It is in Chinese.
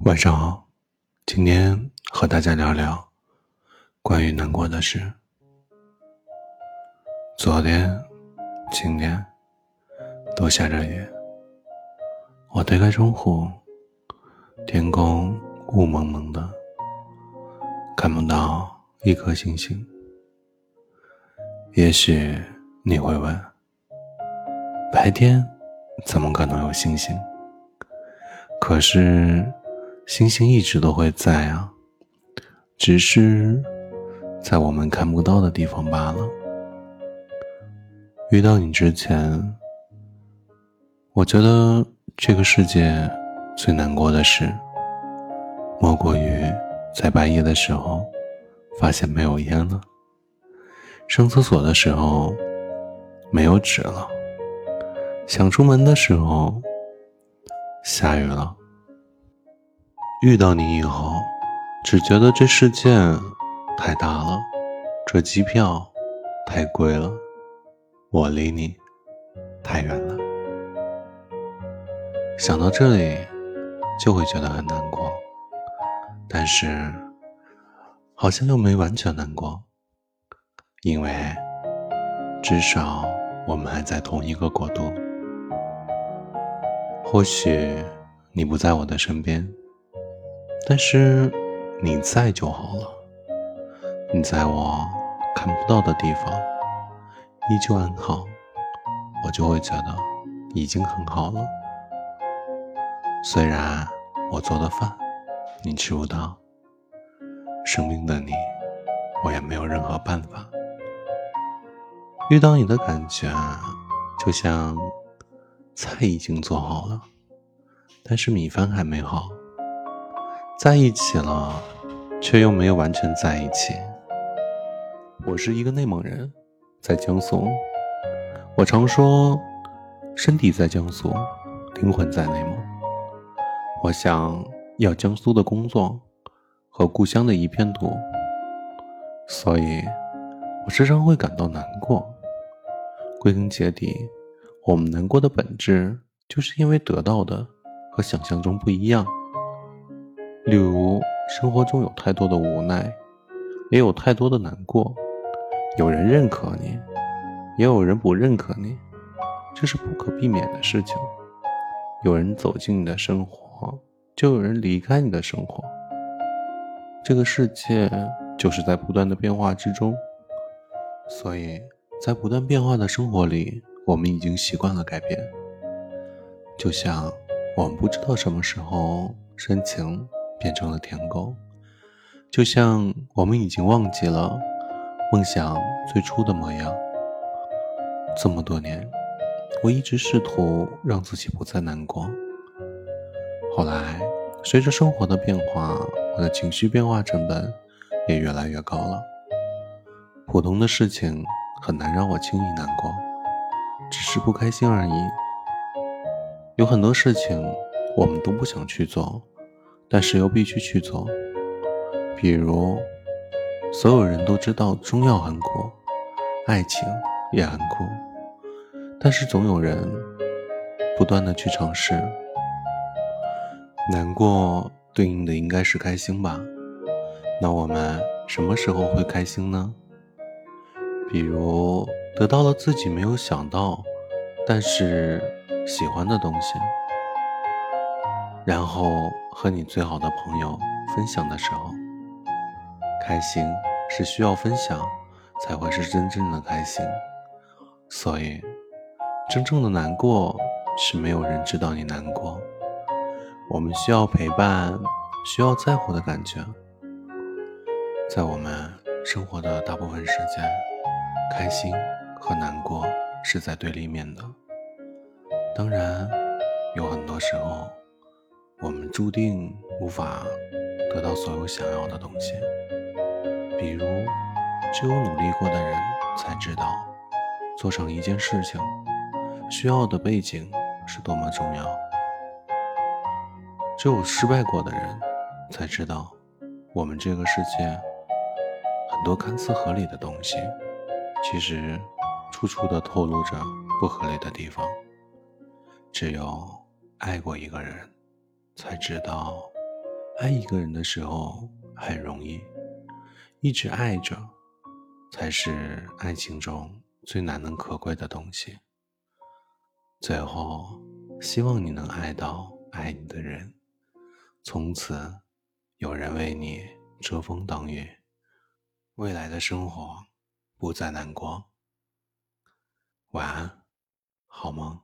晚上好，今天和大家聊聊关于难过的事。昨天、今天都下着雨，我推开窗户，天空雾蒙蒙的，看不到一颗星星。也许你会问，白天怎么可能有星星？可是星星一直都会在啊，只是在我们看不到的地方罢了。遇到你之前，我觉得这个世界最难过的事，莫过于在半夜的时候发现没有烟了，上厕所的时候没有纸了，想出门的时候下雨了。遇到你以后，只觉得这世界太大了，这机票太贵了，我离你太远了。想到这里就会觉得很难过，但是好像又没完全难过，因为至少我们还在同一个国度。或许你不在我的身边，但是你在就好了，你在我看不到的地方依旧安好，我就会觉得已经很好了。虽然我做的饭你吃不到，生病的你我也没有任何办法。遇到你的感觉就像菜已经做好了，但是米饭还没好，在一起了却又没有完全在一起。我是一个内蒙人，在江苏，我常说身体在江苏，灵魂在内蒙。我想要江苏的工作和故乡的一片土，所以我时常会感到难过。归根结底，我们难过的本质就是因为得到的和想象中不一样。例如生活中有太多的无奈，也有太多的难过，有人认可你，也有人不认可你，这是不可避免的事情。有人走进你的生活，就有人离开你的生活。这个世界就是在不断的变化之中，所以在不断变化的生活里，我们已经习惯了改变。就像我们不知道什么时候深情变成了舔狗，就像我们已经忘记了梦想最初的模样。这么多年，我一直试图让自己不再难过。后来随着生活的变化，我的情绪变化成本也越来越高了。普通的事情很难让我轻易难过，只是不开心而已。有很多事情我们都不想去做，但是又必须去做。比如所有人都知道中药很苦，爱情也很苦，但是总有人不断地去尝试。难过对应的应该是开心吧，那我们什么时候会开心呢？比如得到了自己没有想到但是喜欢的东西，然后和你最好的朋友分享的时候。开心是需要分享才会是真正的开心，所以真正的难过是没有人知道你难过。我们需要陪伴，需要在乎的感觉。在我们生活的大部分时间，开心和难过是在对立面的。当然有很多时候我们注定无法得到所有想要的东西，比如只有努力过的人才知道做成一件事情需要的背景是多么重要，只有失败过的人才知道我们这个世界很多看似合理的东西其实处处地透露着不合理的地方。只有爱过一个人才知道爱一个人的时候很容易，一直爱着才是爱情中最难能可贵的东西。最后，希望你能爱到爱你的人，从此有人为你遮风挡雨，未来的生活不再难过。晚安，好梦。